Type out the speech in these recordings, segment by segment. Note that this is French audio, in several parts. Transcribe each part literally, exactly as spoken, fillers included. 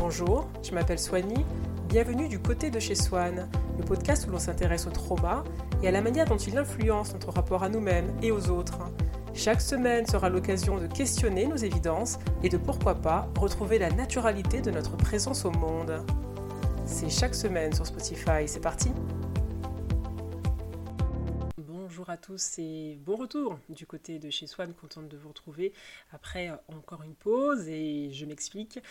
Bonjour, je m'appelle Swanny, bienvenue du côté de chez Swan, le podcast où l'on s'intéresse au trauma et à la manière dont il influence notre rapport à nous-mêmes et aux autres. Chaque semaine sera l'occasion de questionner nos évidences et de pourquoi pas retrouver la naturalité de notre présence au monde. C'est chaque semaine sur Spotify, c'est parti! Bonjour à tous et bon retour du côté de chez Swan, contente de vous retrouver après encore une pause et je m'explique.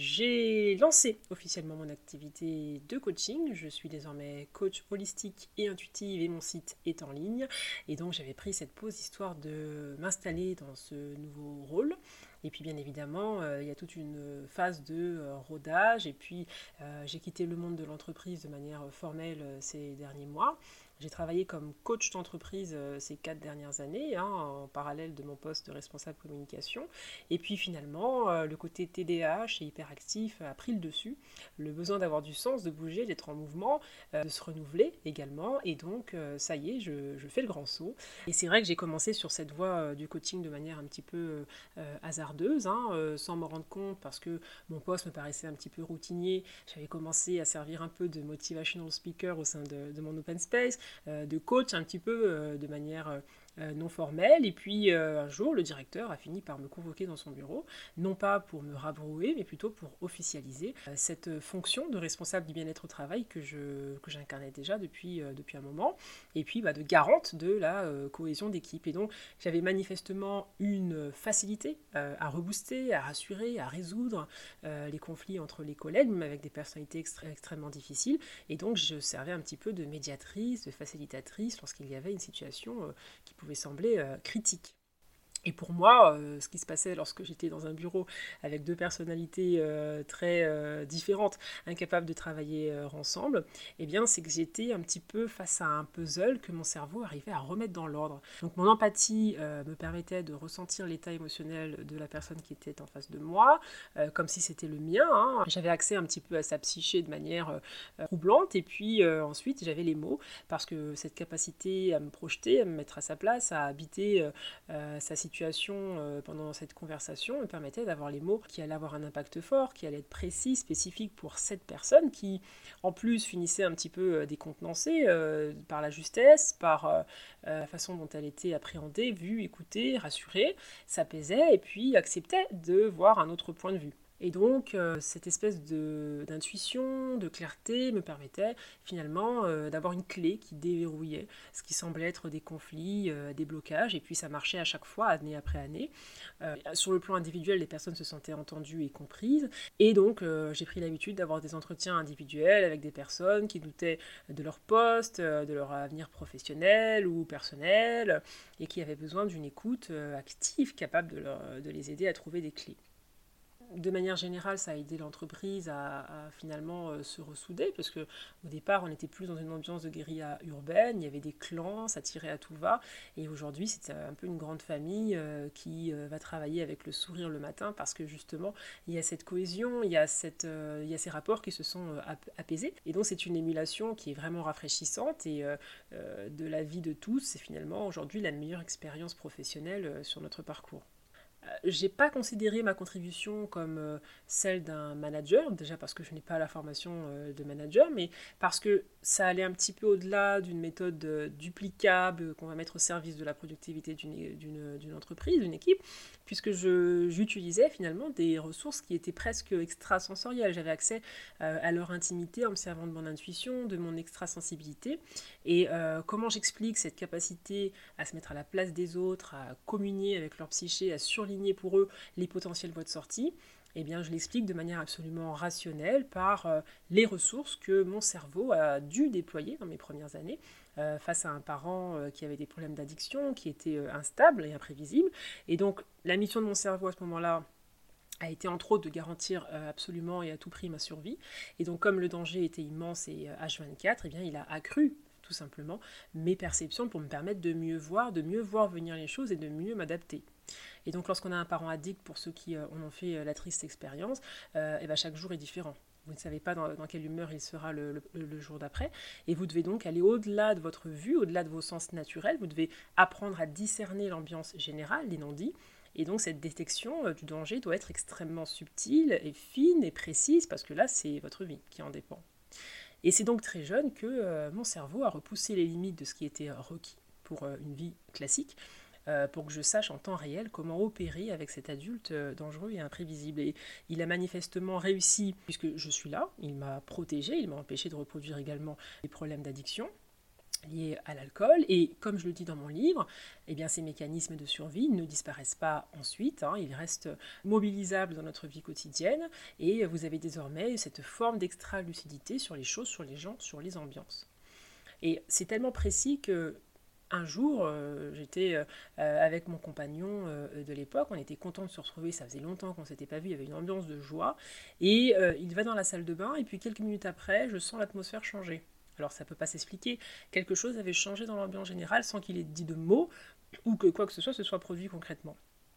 J'ai lancé officiellement mon activité de coaching, je suis désormais coach holistique et intuitive et mon site est en ligne et donc j'avais pris cette pause histoire de m'installer dans ce nouveau rôle. Et puis bien évidemment, euh, il y a toute une phase de euh, rodage et puis euh, j'ai quitté le monde de l'entreprise de manière formelle euh, ces derniers mois. J'ai travaillé comme coach d'entreprise euh, ces quatre dernières années, hein, en parallèle de mon poste de responsable communication. Et puis finalement, euh, le côté T D A H et hyperactif a pris le dessus. Le besoin d'avoir du sens, de bouger, d'être en mouvement, euh, de se renouveler également. Et donc, euh, ça y est, je, je fais le grand saut. Et c'est vrai que j'ai commencé sur cette voie euh, du coaching de manière un petit peu euh, hasardeuse, hein, euh, sans m'en rendre compte parce que mon poste me paraissait un petit peu routinier. J'avais commencé à servir un peu de motivational speaker au sein de, de mon open space, euh, de coach un petit peu euh, de manière euh, non formelle. Et puis euh, un jour, le directeur a fini par me convoquer dans son bureau, non pas pour me rabrouer, mais plutôt pour officialiser euh, cette fonction de responsable du bien-être au travail que, je, que j'incarnais déjà depuis, euh, depuis un moment, et puis bah, de garante de la euh, cohésion d'équipe. Et donc, j'avais manifestement une facilité euh, à rebooster, à rassurer, à résoudre euh, les conflits entre les collègues, même avec des personnalités extré- extrêmement difficiles. Et donc, je servais un petit peu de médiatrice, de facilitatrice lorsqu'il y avait une situation euh, qui pouvait sembler euh, critique. Et pour moi, euh, ce qui se passait lorsque j'étais dans un bureau avec deux personnalités euh, très euh, différentes, incapables de travailler euh, ensemble, eh bien, c'est que j'étais un petit peu face à un puzzle que mon cerveau arrivait à remettre dans l'ordre. Donc mon empathie euh, me permettait de ressentir l'état émotionnel de la personne qui était en face de moi, euh, comme si c'était le mien, hein. J'avais accès un petit peu à sa psyché de manière euh, troublante, et puis euh, ensuite j'avais les mots, parce que cette capacité à me projeter, à me mettre à sa place, à habiter euh, euh, sa situation, situation euh, pendant cette conversation me permettait d'avoir les mots qui allaient avoir un impact fort, qui allaient être précis, spécifiques pour cette personne qui, en plus, finissait un petit peu euh, décontenancée euh, par la justesse, par euh, la façon dont elle était appréhendée, vue, écoutée, rassurée, s'apaisait et puis acceptait de voir un autre point de vue. Et donc, euh, cette espèce de, d'intuition, de clarté me permettait finalement euh, d'avoir une clé qui déverrouillait ce qui semblait être des conflits, euh, des blocages, et puis ça marchait à chaque fois, année après année. Euh, sur le plan individuel, les personnes se sentaient entendues et comprises, et donc euh, j'ai pris l'habitude d'avoir des entretiens individuels avec des personnes qui doutaient de leur poste, euh, de leur avenir professionnel ou personnel, et qui avaient besoin d'une écoute euh, active, capable de, leur, de les aider à trouver des clés. De manière générale, ça a aidé l'entreprise à, à finalement euh, se ressouder, parce qu'au départ, on n'était plus dans une ambiance de guérilla urbaine, il y avait des clans, ça tirait à tout va, et aujourd'hui, c'est un peu une grande famille euh, qui euh, va travailler avec le sourire le matin, parce que justement, il y a cette cohésion, il y a, cette, euh, il y a ces rapports qui se sont euh, apaisés, et donc c'est une émulation qui est vraiment rafraîchissante, et euh, euh, de la vie de tous, c'est finalement aujourd'hui la meilleure expérience professionnelle euh, sur notre parcours. J'ai pas considéré ma contribution comme euh, celle d'un manager, déjà parce que je n'ai pas la formation euh, de manager, mais parce que ça allait un petit peu au-delà d'une méthode euh, duplicable euh, qu'on va mettre au service de la productivité d'une, d'une, d'une entreprise, d'une équipe, puisque je, j'utilisais finalement des ressources qui étaient presque extrasensorielles. J'avais accès euh, à leur intimité en me servant de mon intuition, de mon extrasensibilité. Et euh, comment j'explique cette capacité à se mettre à la place des autres, à communier avec leur psyché, à surligner pour eux les potentielles voies de sortie, eh bien, je l'explique de manière absolument rationnelle par euh, les ressources que mon cerveau a dû déployer dans mes premières années euh, face à un parent euh, qui avait des problèmes d'addiction, qui était euh, instable et imprévisible. Et donc, la mission de mon cerveau à ce moment-là a été entre autres de garantir euh, absolument et à tout prix ma survie. Et donc, comme le danger était immense et euh, H vingt-quatre, eh bien, il a accru tout simplement mes perceptions pour me permettre de mieux voir, de mieux voir venir les choses et de mieux m'adapter. Et donc lorsqu'on a un parent addict, pour ceux qui euh, en ont fait euh, la triste expérience, euh, et ben chaque jour est différent. Vous ne savez pas dans, dans quelle humeur il sera le, le, le jour d'après. Et vous devez donc aller au-delà de votre vue, au-delà de vos sens naturels. Vous devez apprendre à discerner l'ambiance générale, les non-dits, Et donc cette détection euh, du danger doit être extrêmement subtile et fine et précise, parce que là, c'est votre vie qui en dépend. Et c'est donc très jeune que euh, mon cerveau a repoussé les limites de ce qui était requis pour euh, une vie classique, euh, pour que je sache en temps réel comment opérer avec cet adulte euh, dangereux et imprévisible. Et il a manifestement réussi, puisque je suis là, il m'a protégée, il m'a empêché de reproduire également les problèmes d'addiction liés à l'alcool, et comme je le dis dans mon livre, eh bien, ces mécanismes de survie ne disparaissent pas ensuite, hein, ils restent mobilisables dans notre vie quotidienne, et vous avez désormais cette forme d'extra-lucidité sur les choses, sur les gens, sur les ambiances. Et c'est tellement précis que un jour, euh, j'étais euh, avec mon compagnon euh, de l'époque, on était contents de se retrouver, ça faisait longtemps qu'on ne s'était pas vu, il y avait une ambiance de joie, et euh, il va dans la salle de bain, et puis quelques minutes après, je sens l'atmosphère changer. Alors ça ne peut pas s'expliquer, quelque chose avait changé dans l'ambiance générale sans qu'il ait dit de mots, ou que quoi que ce soit se soit produit concrètement.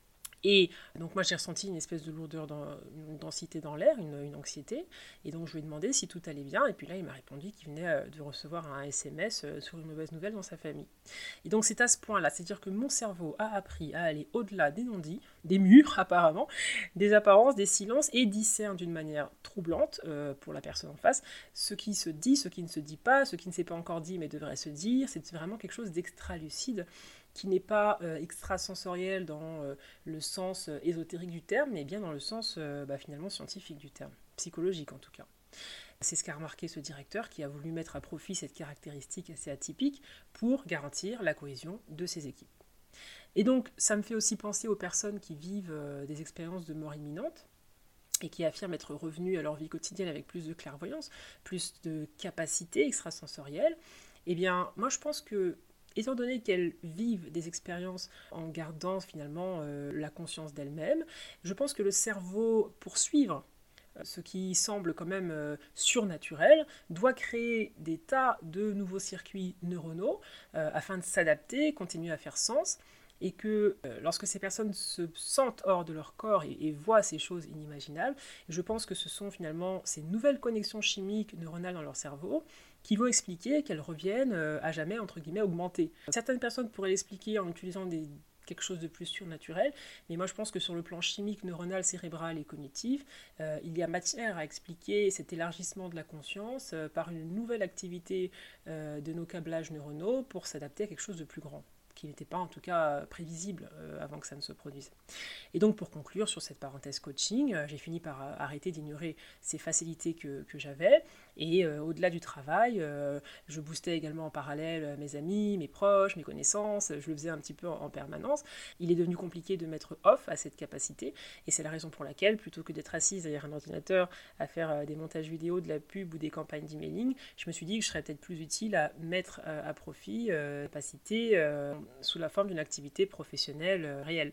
Et donc moi j'ai ressenti une espèce de lourdeur, dans, une densité dans l'air, une, une anxiété, et donc je lui ai demandé si tout allait bien, et puis là il m'a répondu qu'il venait de recevoir un S M S sur une mauvaise nouvelle dans sa famille. Et donc c'est à ce point-là, c'est-à-dire que mon cerveau a appris à aller au-delà des non-dits, des murs apparemment, des apparences, des silences, et discerne d'une manière troublante euh, pour la personne en face, ce qui se dit, ce qui ne se dit pas, ce qui ne s'est pas encore dit mais devrait se dire, c'est vraiment quelque chose d'extra-lucide, qui n'est pas euh, extrasensoriel dans euh, le sens euh, ésotérique du terme, mais bien dans le sens euh, bah, finalement scientifique du terme, psychologique en tout cas. C'est ce qu'a remarqué ce directeur qui a voulu mettre à profit cette caractéristique assez atypique pour garantir la cohésion de ses équipes. Et donc ça me fait aussi penser aux personnes qui vivent euh, des expériences de mort imminente et qui affirment être revenus à leur vie quotidienne avec plus de clairvoyance, plus de capacité extrasensorielle. Eh bien, moi je pense que étant donné qu'elles vivent des expériences en gardant finalement euh, la conscience d'elles-mêmes, je pense que le cerveau, pour suivre euh, ce qui semble quand même euh, surnaturel, doit créer des tas de nouveaux circuits neuronaux euh, afin de s'adapter, continuer à faire sens, et que euh, lorsque ces personnes se sentent hors de leur corps et, et voient ces choses inimaginables, je pense que ce sont finalement ces nouvelles connexions chimiques neuronales dans leur cerveau qui vont expliquer qu'elles reviennent euh, à jamais, entre guillemets, augmentées. Certaines personnes pourraient l'expliquer en utilisant des, quelque chose de plus surnaturel, mais moi je pense que sur le plan chimique, neuronal, cérébral et cognitif, euh, il y a matière à expliquer cet élargissement de la conscience euh, par une nouvelle activité euh, de nos câblages neuronaux pour s'adapter à quelque chose de plus grand, qui n'était pas en tout cas prévisible euh, avant que ça ne se produise. Et donc pour conclure sur cette parenthèse coaching, euh, j'ai fini par euh, arrêter d'ignorer ces facilités que, que j'avais, et euh, au-delà du travail, euh, je boostais également en parallèle mes amis, mes proches, mes connaissances, je le faisais un petit peu en, en permanence. Il est devenu compliqué de mettre off à cette capacité, et c'est la raison pour laquelle, plutôt que d'être assise derrière un ordinateur à faire euh, des montages vidéo, de la pub ou des campagnes d'emailing, je me suis dit que je serais peut-être plus utile à mettre euh, à profit euh, capacité euh, sous la forme d'une activité professionnelle euh, réelle.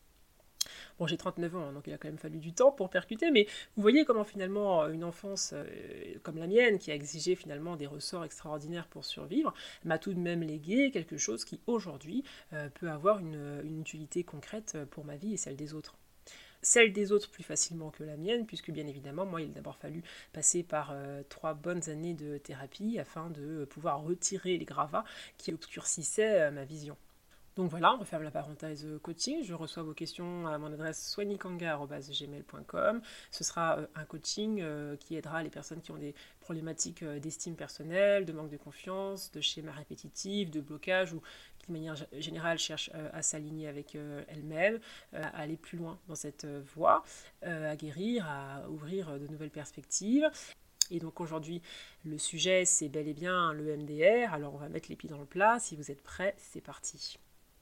Bon, j'ai trente-neuf ans, hein, donc il a quand même fallu du temps pour percuter, mais vous voyez comment finalement une enfance euh, comme la mienne, qui a exigé finalement des ressorts extraordinaires pour survivre, m'a tout de même légué quelque chose qui aujourd'hui euh, peut avoir une, une utilité concrète pour ma vie et celle des autres. Celle des autres plus facilement que la mienne, puisque bien évidemment, moi, il a d'abord fallu passer par euh, trois bonnes années de thérapie afin de pouvoir retirer les gravats qui obscurcissaient euh, ma vision. Donc voilà, on referme la parenthèse coaching. Je reçois vos questions à mon adresse soignikanga arobase gmail point com. Ce sera un coaching qui aidera les personnes qui ont des problématiques d'estime personnelle, de manque de confiance, de schémas répétitifs, de blocage, ou qui de manière générale cherchent à s'aligner avec elles-mêmes, à aller plus loin dans cette voie, à guérir, à ouvrir de nouvelles perspectives. Et donc aujourd'hui, le sujet, c'est bel et bien le M D R. Alors on va mettre les pieds dans le plat. Si vous êtes prêts, c'est parti.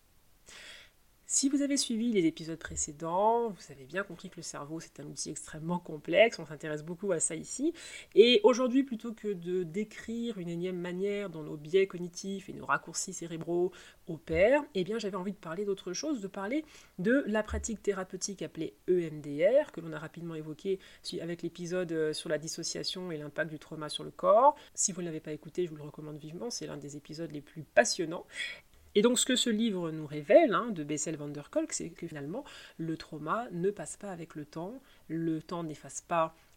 Si vous avez suivi les épisodes précédents, vous avez bien compris que le cerveau, c'est un outil extrêmement complexe, on s'intéresse beaucoup à ça ici. Et aujourd'hui, plutôt que de décrire une énième manière dont nos biais cognitifs et nos raccourcis cérébraux opèrent, eh bien j'avais envie de parler d'autre chose, de parler de la pratique thérapeutique appelée E M D R, que l'on a rapidement évoqué avec l'épisode sur la dissociation et l'impact du trauma sur le corps. Si vous ne l'avez pas écouté, je vous le recommande vivement, c'est l'un des épisodes les plus passionnants. Et donc ce que ce livre nous révèle, hein, de Bessel van der Kolk, c'est que finalement le trauma ne passe pas avec le temps, le temps n'efface pas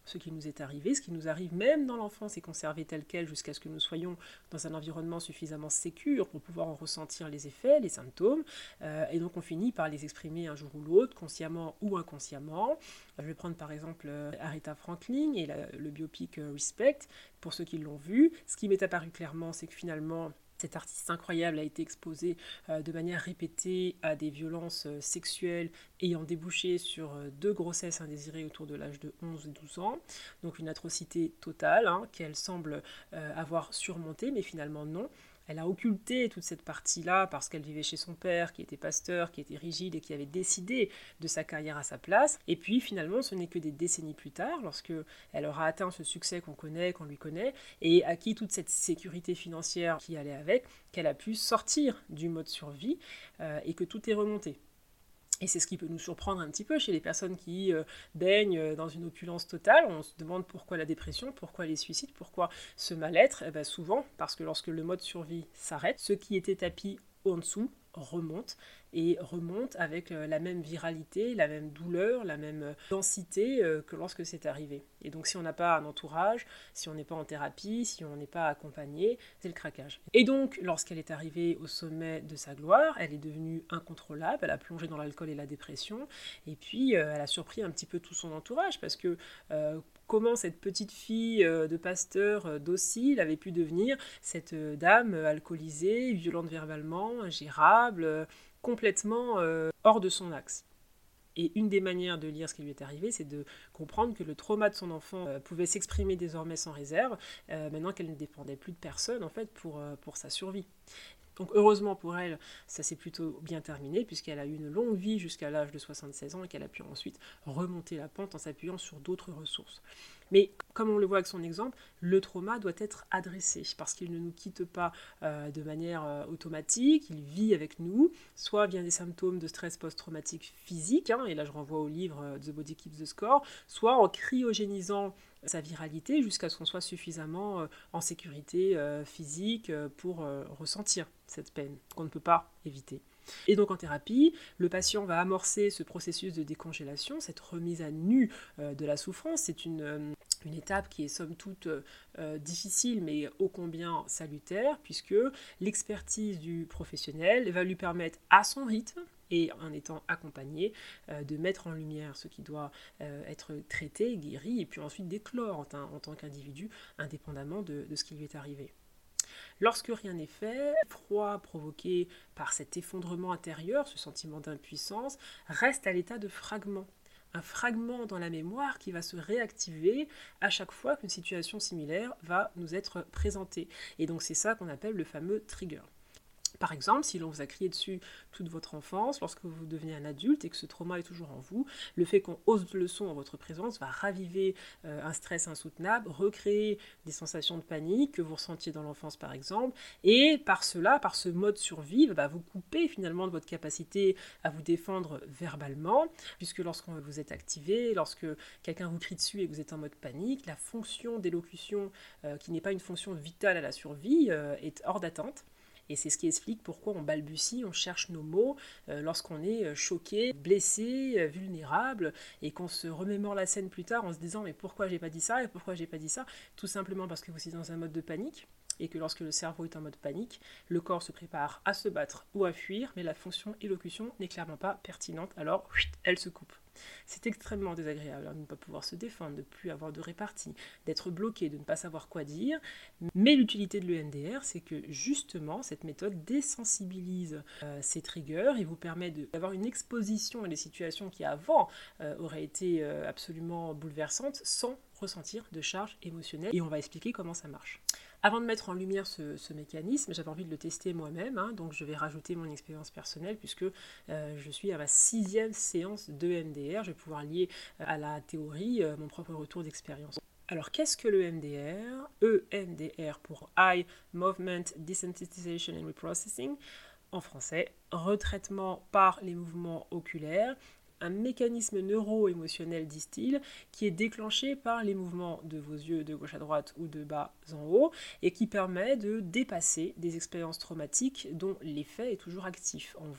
ce qui nous est arrivé, ce qui nous arrive même dans l'enfance est conservé tel quel jusqu'à ce que nous soyons dans un environnement suffisamment sécure pour pouvoir en ressentir les effets, les symptômes, euh, et donc on finit par les exprimer un jour ou l'autre, consciemment ou inconsciemment. Je vais prendre par exemple euh, Aretha Franklin et la, le biopic euh, Respect, pour ceux qui l'ont vu. Ce qui m'est apparu clairement, c'est que finalement, cet artiste incroyable a été exposé euh, de manière répétée à des violences euh, sexuelles ayant débouché sur euh, deux grossesses indésirées autour de l'âge de onze et douze ans. Donc une atrocité totale hein, qu'elle semble euh, avoir surmontée, mais finalement non. Elle a occulté toute cette partie-là parce qu'elle vivait chez son père, qui était pasteur, qui était rigide et qui avait décidé de sa carrière à sa place. Et puis finalement, ce n'est que des décennies plus tard, lorsque elle aura atteint ce succès qu'on connaît, qu'on lui connaît, et acquis toute cette sécurité financière qui allait avec, qu'elle a pu sortir du mode survie euh, et que tout est remonté. Et c'est ce qui peut nous surprendre un petit peu chez les personnes qui euh, baignent dans une opulence totale. On se demande pourquoi la dépression, pourquoi les suicides, pourquoi ce mal-être. Et bien souvent, parce que lorsque le mode survie s'arrête, ce qui était tapis en dessous remonte et remonte avec la même viralité, la même douleur, la même densité que lorsque c'est arrivé. Et donc si on n'a pas un entourage, si on n'est pas en thérapie, si on n'est pas accompagné, c'est le craquage. Et donc lorsqu'elle est arrivée au sommet de sa gloire, elle est devenue incontrôlable, elle a plongé dans l'alcool et la dépression, et puis euh, elle a surpris un petit peu tout son entourage, parce que euh, comment cette petite fille de pasteur docile avait pu devenir cette dame alcoolisée, violente verbalement, ingérable, complètement euh, hors de son axe. Et une des manières de lire ce qui lui est arrivé, c'est de comprendre que le trauma de son enfant euh, pouvait s'exprimer désormais sans réserve, euh, maintenant qu'elle ne dépendait plus de personne en fait pour, euh, pour sa survie. Donc heureusement pour elle, ça s'est plutôt bien terminé puisqu'elle a eu une longue vie jusqu'à l'âge de soixante-seize ans et qu'elle a pu ensuite remonter la pente en s'appuyant sur d'autres ressources. Mais comme on le voit avec son exemple, le trauma doit être adressé parce qu'il ne nous quitte pas euh, de manière euh, automatique, il vit avec nous, soit via des symptômes de stress post-traumatique physique, hein, et là je renvoie au livre euh, The Body Keeps the Score, soit en cryogénisant sa viralité jusqu'à ce qu'on soit suffisamment euh, en sécurité euh, physique euh, pour euh, ressentir cette peine qu'on ne peut pas éviter. Et donc en thérapie, le patient va amorcer ce processus de décongélation, cette remise à nu euh, de la souffrance. C'est une, euh, une étape qui est somme toute euh, difficile mais ô combien salutaire puisque l'expertise du professionnel va lui permettre à son rythme et en étant accompagné, euh, de mettre en lumière ce qui doit euh, être traité, guéri, et puis ensuite d'éclore en, t- en tant qu'individu, indépendamment de, de ce qui lui est arrivé. Lorsque rien n'est fait, l'effroi provoqué par cet effondrement intérieur, ce sentiment d'impuissance, reste à l'état de fragment. Un fragment dans la mémoire qui va se réactiver à chaque fois qu'une situation similaire va nous être présentée. Et donc c'est ça qu'on appelle le fameux trigger. Par exemple, si l'on vous a crié dessus toute votre enfance, lorsque vous devenez un adulte et que ce trauma est toujours en vous, le fait qu'on hausse le son en votre présence va raviver euh, un stress insoutenable, recréer des sensations de panique que vous ressentiez dans l'enfance par exemple, et par cela, par ce mode survie, va vous couper finalement de votre capacité à vous défendre verbalement, puisque lorsque vous êtes activé, lorsque quelqu'un vous crie dessus et que vous êtes en mode panique, la fonction d'élocution, euh, qui n'est pas une fonction vitale à la survie, euh, est hors d'attente. Et c'est ce qui explique pourquoi on balbutie, on cherche nos mots euh, lorsqu'on est choqué, blessé, euh, vulnérable, et qu'on se remémore la scène plus tard en se disant « mais pourquoi j'ai pas dit ça et pourquoi j'ai pas dit ça ?» Tout simplement parce que vous êtes dans un mode de panique, et que lorsque le cerveau est en mode panique, le corps se prépare à se battre ou à fuir, mais la fonction élocution n'est clairement pas pertinente, alors elle se coupe. C'est extrêmement désagréable hein, de ne pas pouvoir se défendre, de ne plus avoir de répartie, d'être bloqué, de ne pas savoir quoi dire. Mais l'utilité de l'E M D R, c'est que justement, cette méthode désensibilise euh, ces triggers et vous permet de, d'avoir une exposition à des situations qui avant euh, auraient été euh, absolument bouleversantes sans ressentir de charge émotionnelle. Et on va expliquer comment ça marche. Avant de mettre en lumière ce, ce mécanisme, j'avais envie de le tester moi-même, hein, donc je vais rajouter mon expérience personnelle puisque euh, je suis à ma sixième séance d'E M D R. Je vais pouvoir lier euh, à la théorie euh, mon propre retour d'expérience. Alors qu'est-ce que l'E M D R ? E M D R pour Eye Movement Desensitization and Reprocessing, en français, retraitement par les mouvements oculaires. Un mécanisme neuro-émotionnel, disent-ils, qui est déclenché par les mouvements de vos yeux de gauche à droite ou de bas en haut et qui permet de dépasser des expériences traumatiques dont l'effet est toujours actif en vous.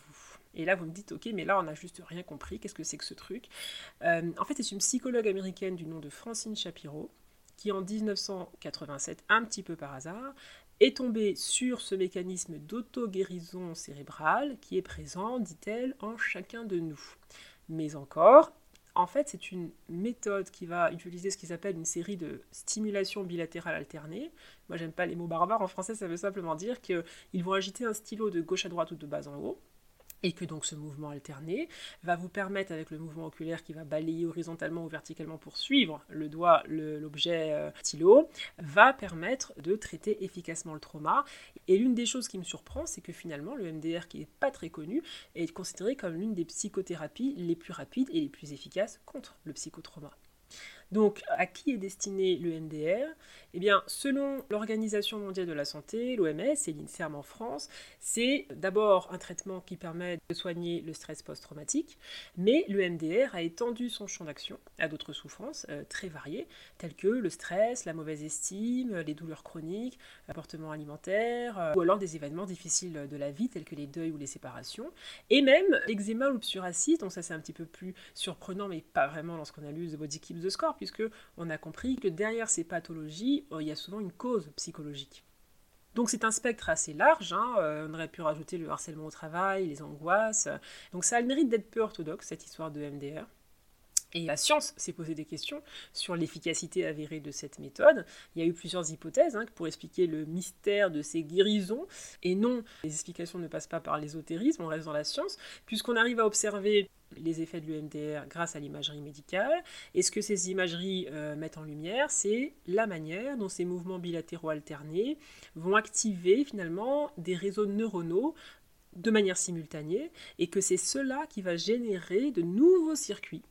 Et là, vous me dites, ok, mais là, on n'a juste rien compris, qu'est-ce que c'est que ce truc euh, En fait, c'est une psychologue américaine du nom de Francine Shapiro, qui en dix-neuf cent quatre-vingt-sept, un petit peu par hasard, est tombée sur ce mécanisme d'auto-guérison cérébrale qui est présent, dit-elle, en chacun de nous. Mais encore, en fait, c'est une méthode qui va utiliser ce qu'ils appellent une série de stimulations bilatérales alternées. Moi, j'aime pas les mots barbares. En français, ça veut simplement dire qu'ils vont agiter un stylo de gauche à droite ou de bas en haut. Et que donc ce mouvement alterné va vous permettre, avec le mouvement oculaire qui va balayer horizontalement ou verticalement pour suivre le doigt, le, l'objet euh, stylo, va permettre de traiter efficacement le trauma. Et l'une des choses qui me surprend, c'est que finalement, le M D R, qui n'est pas très connu, est considéré comme l'une des psychothérapies les plus rapides et les plus efficaces contre le psychotrauma. Donc, à qui est destiné le M D R ? Eh bien, selon l'Organisation mondiale de la santé, l'O M S et l'INSERM en France, c'est d'abord un traitement qui permet de soigner le stress post-traumatique, mais le M D R a étendu son champ d'action à d'autres souffrances euh, très variées, telles que le stress, la mauvaise estime, les douleurs chroniques, l'apportement alimentaire, euh, ou alors des événements difficiles de la vie, tels que les deuils ou les séparations, et même l'eczéma ou le psoriasis, donc ça c'est un petit peu plus surprenant, mais pas vraiment lorsqu'on a lu The Body Keeps the Score, puisque on a compris que derrière ces pathologies, il y a souvent une cause psychologique. Donc c'est un spectre assez large, hein. On aurait pu rajouter le harcèlement au travail, les angoisses, donc ça a le mérite d'être peu orthodoxe, cette histoire de M D R. Et la science s'est posé des questions sur l'efficacité avérée de cette méthode. Il y a eu plusieurs hypothèses hein, pour expliquer le mystère de ces guérisons. Et non, les explications ne passent pas par l'ésotérisme, on reste dans la science, puisqu'on arrive à observer les effets de l'E M D R grâce à l'imagerie médicale. Et ce que ces imageries euh, mettent en lumière, c'est la manière dont ces mouvements bilatéraux alternés vont activer finalement des réseaux neuronaux de manière simultanée, et que c'est cela qui va générer de nouveaux circuits.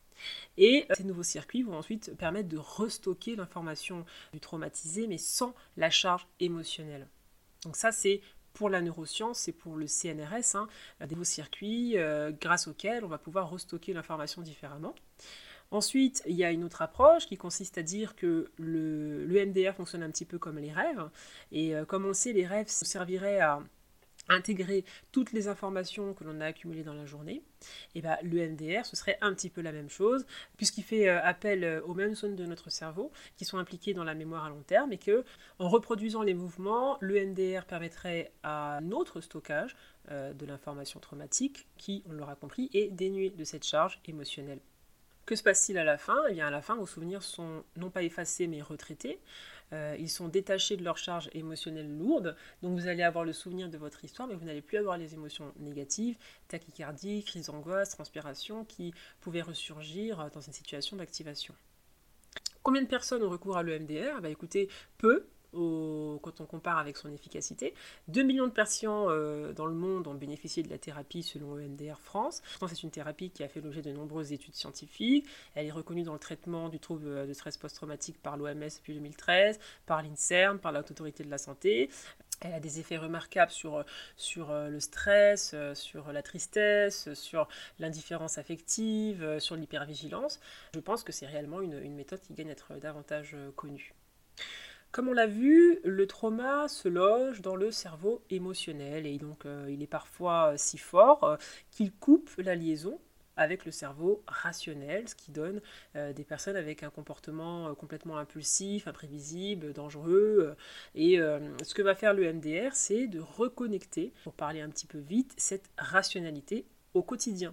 Et ces nouveaux circuits vont ensuite permettre de restocker l'information du traumatisé, mais sans la charge émotionnelle. Donc ça, c'est pour la neuroscience, c'est pour le C N R S, hein, des nouveaux circuits euh, grâce auxquels on va pouvoir restocker l'information différemment. Ensuite, il y a une autre approche qui consiste à dire que le, le M D R fonctionne un petit peu comme les rêves. Et euh, comme on le sait, les rêves serviraient à intégrer toutes les informations que l'on a accumulées dans la journée, et ben, le M D R, ce serait un petit peu la même chose, puisqu'il fait euh, appel euh, aux mêmes zones de notre cerveau qui sont impliquées dans la mémoire à long terme, et que, en reproduisant les mouvements, le M D R permettrait à un autre stockage euh, de l'information traumatique, qui, on l'aura compris, est dénué de cette charge émotionnelle. Que se passe-t-il à la fin ? Eh bien, à la fin, vos souvenirs sont non pas effacés, mais retraités. Euh, ils sont détachés de leur charge émotionnelle lourde. Donc, vous allez avoir le souvenir de votre histoire, mais vous n'allez plus avoir les émotions négatives, tachycardie, crise d'angoisse, transpiration, qui pouvaient ressurgir dans une situation d'activation. Combien de personnes ont recours à l'E M D R ? Bah, écoutez, peu. Au, quand on compare avec son efficacité. deux millions de patients euh, dans le monde ont bénéficié de la thérapie selon E M D R France. Pourtant, c'est une thérapie qui a fait l'objet de nombreuses études scientifiques. Elle est reconnue dans le traitement du trouble de stress post-traumatique par l'O M S depuis deux mille treize, par l'INSERM, par l'Autorité de la santé. Elle a des effets remarquables sur, sur le stress, sur la tristesse, sur l'indifférence affective, sur l'hypervigilance. Je pense que c'est réellement une, une méthode qui gagne à être davantage connue. Comme on l'a vu, le trauma se loge dans le cerveau émotionnel et donc euh, il est parfois si fort euh, qu'il coupe la liaison avec le cerveau rationnel, ce qui donne euh, des personnes avec un comportement euh, complètement impulsif, imprévisible, dangereux. Euh, et euh, ce que va faire le M D R, c'est de reconnecter, pour parler un petit peu vite, cette rationalité au quotidien.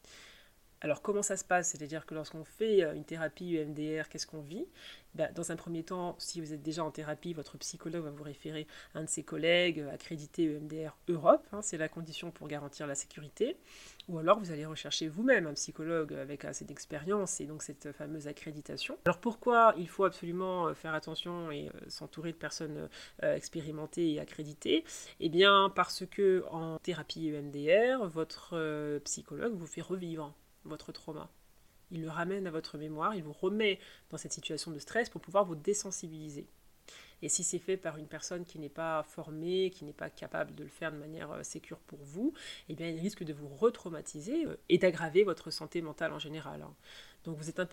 Alors comment ça se passe ? C'est-à-dire que lorsqu'on fait une thérapie E M D R, qu'est-ce qu'on vit ? Ben, dans un premier temps, si vous êtes déjà en thérapie, votre psychologue va vous référer à un de ses collègues accrédité E M D R Europe, hein, c'est la condition pour garantir la sécurité. Ou alors vous allez rechercher vous-même un psychologue avec assez d'expérience et donc cette fameuse accréditation. Alors pourquoi il faut absolument faire attention et s'entourer de personnes expérimentées et accréditées ? Eh bien parce que en thérapie E M D R, votre psychologue vous fait revivre votre trauma. Il le ramène à votre mémoire, il vous remet dans cette situation de stress pour pouvoir vous désensibiliser. Et si c'est fait par une personne qui n'est pas formée, qui n'est pas capable de le faire de manière sécure pour vous, eh bien, il risque de vous retraumatiser et d'aggraver votre santé mentale en général. Donc vous êtes un peu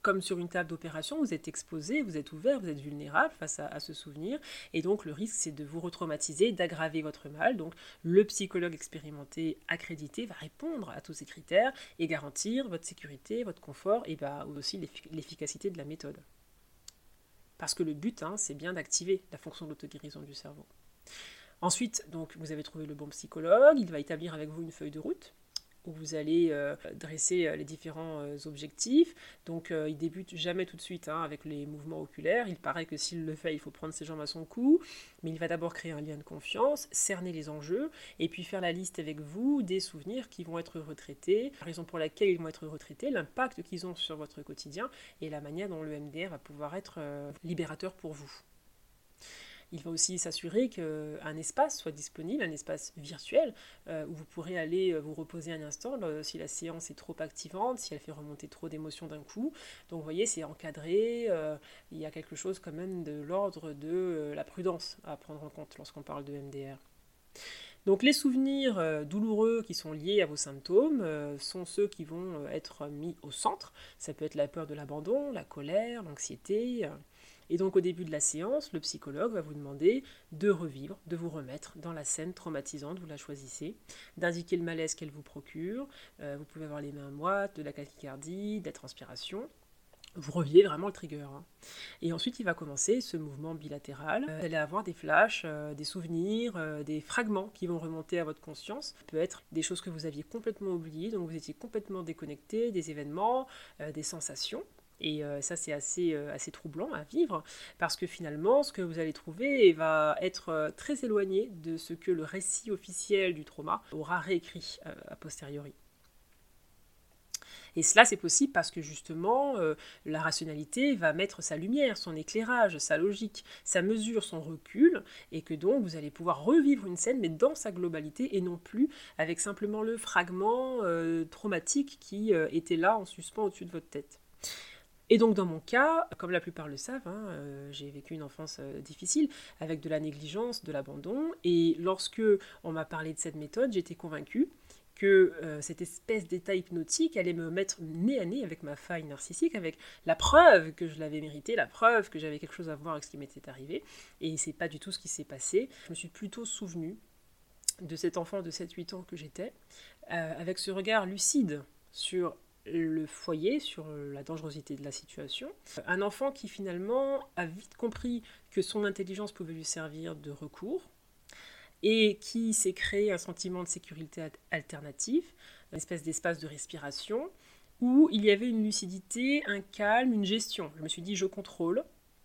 comme sur une table d'opération, vous êtes exposé, vous êtes ouvert, vous êtes vulnérable face à, à ce souvenir. Et donc le risque, c'est de vous retraumatiser, d'aggraver votre mal. Donc le psychologue expérimenté, accrédité, va répondre à tous ces critères et garantir votre sécurité, votre confort et bah, aussi l'effic- l'efficacité de la méthode. Parce que le but, hein, c'est bien d'activer la fonction de l'auto-guérison du cerveau. Ensuite, donc, vous avez trouvé le bon psychologue, il va établir avec vous une feuille de route où vous allez euh, dresser euh, les différents euh, objectifs. Donc euh, il débute jamais tout de suite hein, avec les mouvements oculaires. Il paraît que s'il le fait, il faut prendre ses jambes à son cou, mais il va d'abord créer un lien de confiance, cerner les enjeux, et puis faire la liste avec vous des souvenirs qui vont être retraités, la raison pour laquelle ils vont être retraités, l'impact qu'ils ont sur votre quotidien, et la manière dont le M D R va pouvoir être euh, libérateur pour vous. Il va aussi s'assurer qu'un espace soit disponible, un espace virtuel, euh, où vous pourrez aller vous reposer un instant là, si la séance est trop activante, si elle fait remonter trop d'émotions d'un coup. Donc vous voyez, c'est encadré, euh, il y a quelque chose quand même de l'ordre de euh, la prudence à prendre en compte lorsqu'on parle de M D R. Donc les souvenirs euh, douloureux qui sont liés à vos symptômes euh, sont ceux qui vont euh, être mis au centre. Ça peut être la peur de l'abandon, la colère, l'anxiété. Euh, Et donc au début de la séance, le psychologue va vous demander de revivre, de vous remettre dans la scène traumatisante, vous la choisissez, d'indiquer le malaise qu'elle vous procure. Euh, vous pouvez avoir les mains moites, de la tachycardie, de la transpiration. Vous revivez vraiment le trigger. Hein. Et ensuite, il va commencer ce mouvement bilatéral. Euh, vous allez avoir des flashs, euh, des souvenirs, euh, des fragments qui vont remonter à votre conscience. Ça peut être des choses que vous aviez complètement oubliées, donc vous étiez complètement déconnecté, des événements, euh, des sensations. Et euh, ça, c'est assez, euh, assez troublant à vivre, parce que finalement, ce que vous allez trouver va être euh, très éloigné de ce que le récit officiel du trauma aura réécrit euh, a posteriori. Et cela, c'est possible parce que justement, euh, la rationalité va mettre sa lumière, son éclairage, sa logique, sa mesure, son recul, et que donc vous allez pouvoir revivre une scène, mais dans sa globalité, et non plus avec simplement le fragment euh, traumatique qui euh, était là en suspens au-dessus de votre tête. Et donc dans mon cas, comme la plupart le savent, hein, euh, j'ai vécu une enfance euh, difficile, avec de la négligence, de l'abandon, et lorsque on m'a parlé de cette méthode, j'étais convaincue que euh, cette espèce d'état hypnotique allait me mettre nez à nez avec ma faille narcissique, avec la preuve que je l'avais mérité, la preuve que j'avais quelque chose à voir avec ce qui m'était arrivé, et c'est pas du tout ce qui s'est passé. Je me suis plutôt souvenue de cet enfant de sept huit ans que j'étais, euh, avec ce regard lucide sur le foyer, sur la dangerosité de la situation. Un enfant qui finalement a vite compris que son intelligence pouvait lui servir de recours et qui s'est créé un sentiment de sécurité alternative, une espèce d'espace de respiration où il y avait une lucidité, un calme, une gestion. Je me suis dit, je contrôle,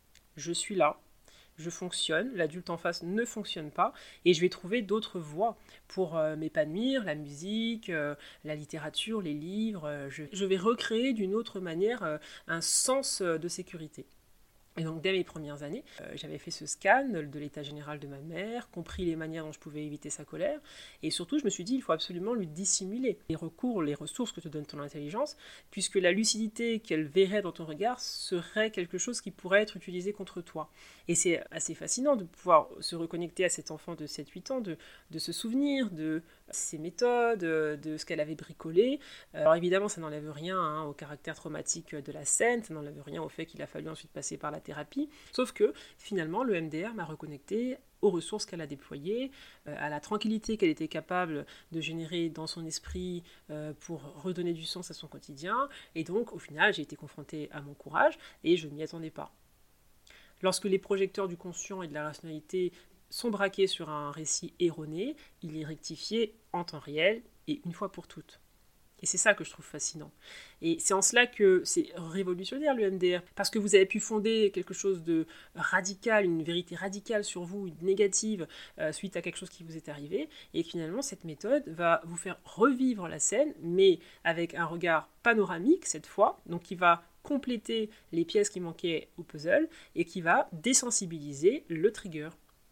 je suis là, je fonctionne, l'adulte en face ne fonctionne pas, et je vais trouver d'autres voies pour euh, m'épanouir, la musique, euh, la littérature, les livres. Euh, je, je vais recréer d'une autre manière euh, un sens euh, de sécurité. Et donc dès mes premières années, euh, j'avais fait ce scan de l'état général de ma mère, compris les manières dont je pouvais éviter sa colère, et surtout je me suis dit il faut absolument lui dissimuler les recours, les ressources que te donne ton intelligence, puisque la lucidité qu'elle verrait dans ton regard serait quelque chose qui pourrait être utilisé contre toi. Et c'est assez fascinant de pouvoir se reconnecter à cet enfant de sept huit ans, de, de se souvenir de ses méthodes, de ce qu'elle avait bricolé. Alors évidemment ça n'enlève rien hein, au caractère traumatique de la scène, ça n'enlève rien au fait qu'il a fallu ensuite passer par la thérapie, sauf que finalement le M D R m'a reconnecté aux ressources qu'elle a déployées, euh, à la tranquillité qu'elle était capable de générer dans son esprit euh, pour redonner du sens à son quotidien, et donc au final j'ai été confrontée à mon courage et je ne m'y attendais pas. Lorsque les projecteurs du conscient et de la rationalité sont braqués sur un récit erroné, il est rectifié en temps réel et une fois pour toutes. Et c'est ça que je trouve fascinant. Et c'est en cela que c'est révolutionnaire le M D R, parce que vous avez pu fonder quelque chose de radical, une vérité radicale sur vous, une négative, euh, suite à quelque chose qui vous est arrivé, et finalement cette méthode va vous faire revivre la scène, mais avec un regard panoramique cette fois, donc qui va compléter les pièces qui manquaient au puzzle, et qui va désensibiliser le trigger,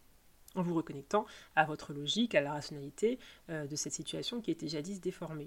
en vous reconnectant à votre logique, à la rationalité euh, de cette situation qui était jadis déformée.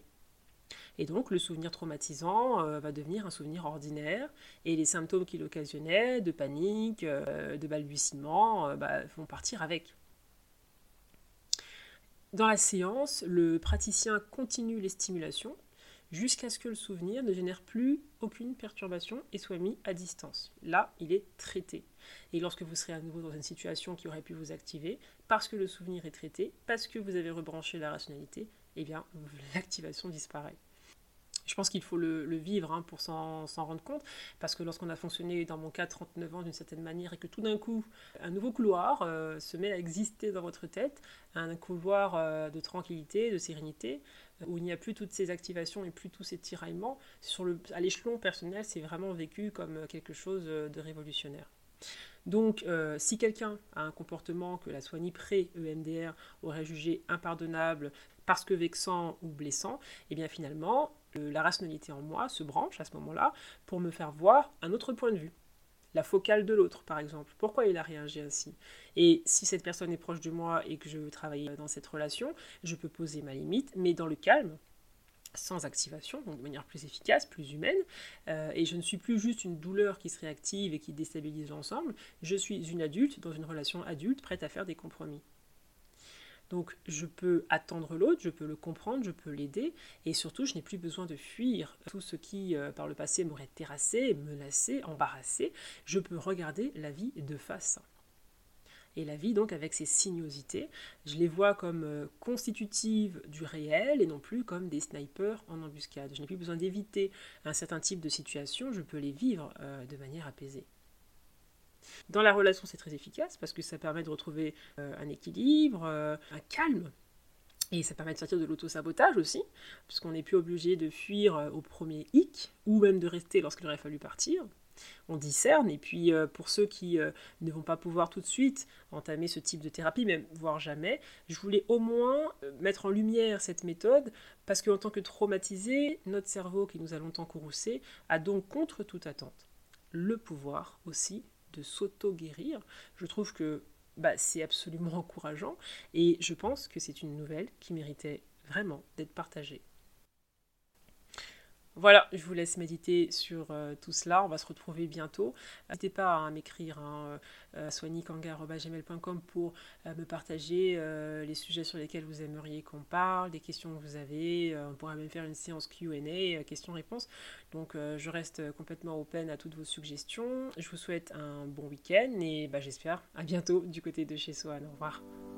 Et donc le souvenir traumatisant euh, va devenir un souvenir ordinaire, et les symptômes qu'il occasionnait, de panique, euh, de balbutiement, euh, bah, vont partir avec. Dans la séance, le praticien continue les stimulations jusqu'à ce que le souvenir ne génère plus aucune perturbation et soit mis à distance. Là, il est traité. Et lorsque vous serez à nouveau dans une situation qui aurait pu vous activer, parce que le souvenir est traité, parce que vous avez rebranché la rationalité, eh bien, l'activation disparaît. Je pense qu'il faut le, le vivre hein, pour s'en, s'en rendre compte, parce que lorsqu'on a fonctionné, dans mon cas, trente-neuf ans d'une certaine manière, et que tout d'un coup, un nouveau couloir euh, se met à exister dans votre tête, un couloir euh, de tranquillité, de sérénité, euh, où il n'y a plus toutes ces activations et plus tous ces tiraillements, sur le, à l'échelon personnel, c'est vraiment vécu comme quelque chose de révolutionnaire. Donc, euh, si quelqu'un a un comportement que la soignée pré-E M D R aurait jugé impardonnable parce que vexant ou blessant, et bien finalement, le, la rationalité en moi se branche à ce moment-là pour me faire voir un autre point de vue. La focale de l'autre, par exemple. Pourquoi il a réagi ainsi? Et si cette personne est proche de moi et que je veux travailler dans cette relation, je peux poser ma limite, mais dans le calme, sans activation, donc de manière plus efficace, plus humaine, euh, et je ne suis plus juste une douleur qui se réactive et qui déstabilise l'ensemble, je suis une adulte dans une relation adulte prête à faire des compromis. Donc je peux attendre l'autre, je peux le comprendre, je peux l'aider, et surtout je n'ai plus besoin de fuir tout ce qui euh, par le passé m'aurait terrassé, menacé, embarrassé, je peux regarder la vie de face. Et la vie, donc, avec ses sinuosités, je les vois comme euh, constitutives du réel et non plus comme des snipers en embuscade. Je n'ai plus besoin d'éviter un certain type de situation, je peux les vivre euh, de manière apaisée. Dans la relation, c'est très efficace parce que ça permet de retrouver euh, un équilibre, euh, un calme. Et ça permet de sortir de l'auto-sabotage aussi, puisqu'on n'est plus obligé de fuir euh, au premier hic, ou même de rester lorsqu'il aurait fallu partir. On discerne, et puis euh, pour ceux qui euh, ne vont pas pouvoir tout de suite entamer ce type de thérapie, même voire jamais, je voulais au moins euh, mettre en lumière cette méthode, parce qu'en tant que traumatisé, notre cerveau qui nous a longtemps courroucé a donc contre toute attente le pouvoir aussi de s'auto-guérir. Je trouve que bah, c'est absolument encourageant, et je pense que c'est une nouvelle qui méritait vraiment d'être partagée. Voilà, je vous laisse méditer sur euh, tout cela. On va se retrouver bientôt. N'hésitez pas à m'écrire à hein, soignikanga arobase gmail point com pour euh, me partager euh, les sujets sur lesquels vous aimeriez qu'on parle, des questions que vous avez. Euh, on pourrait même faire une séance Q and A, euh, questions-réponses. Donc euh, je reste complètement open à toutes vos suggestions. Je vous souhaite un bon week-end et bah, j'espère à bientôt du côté de chez Swan. Au revoir.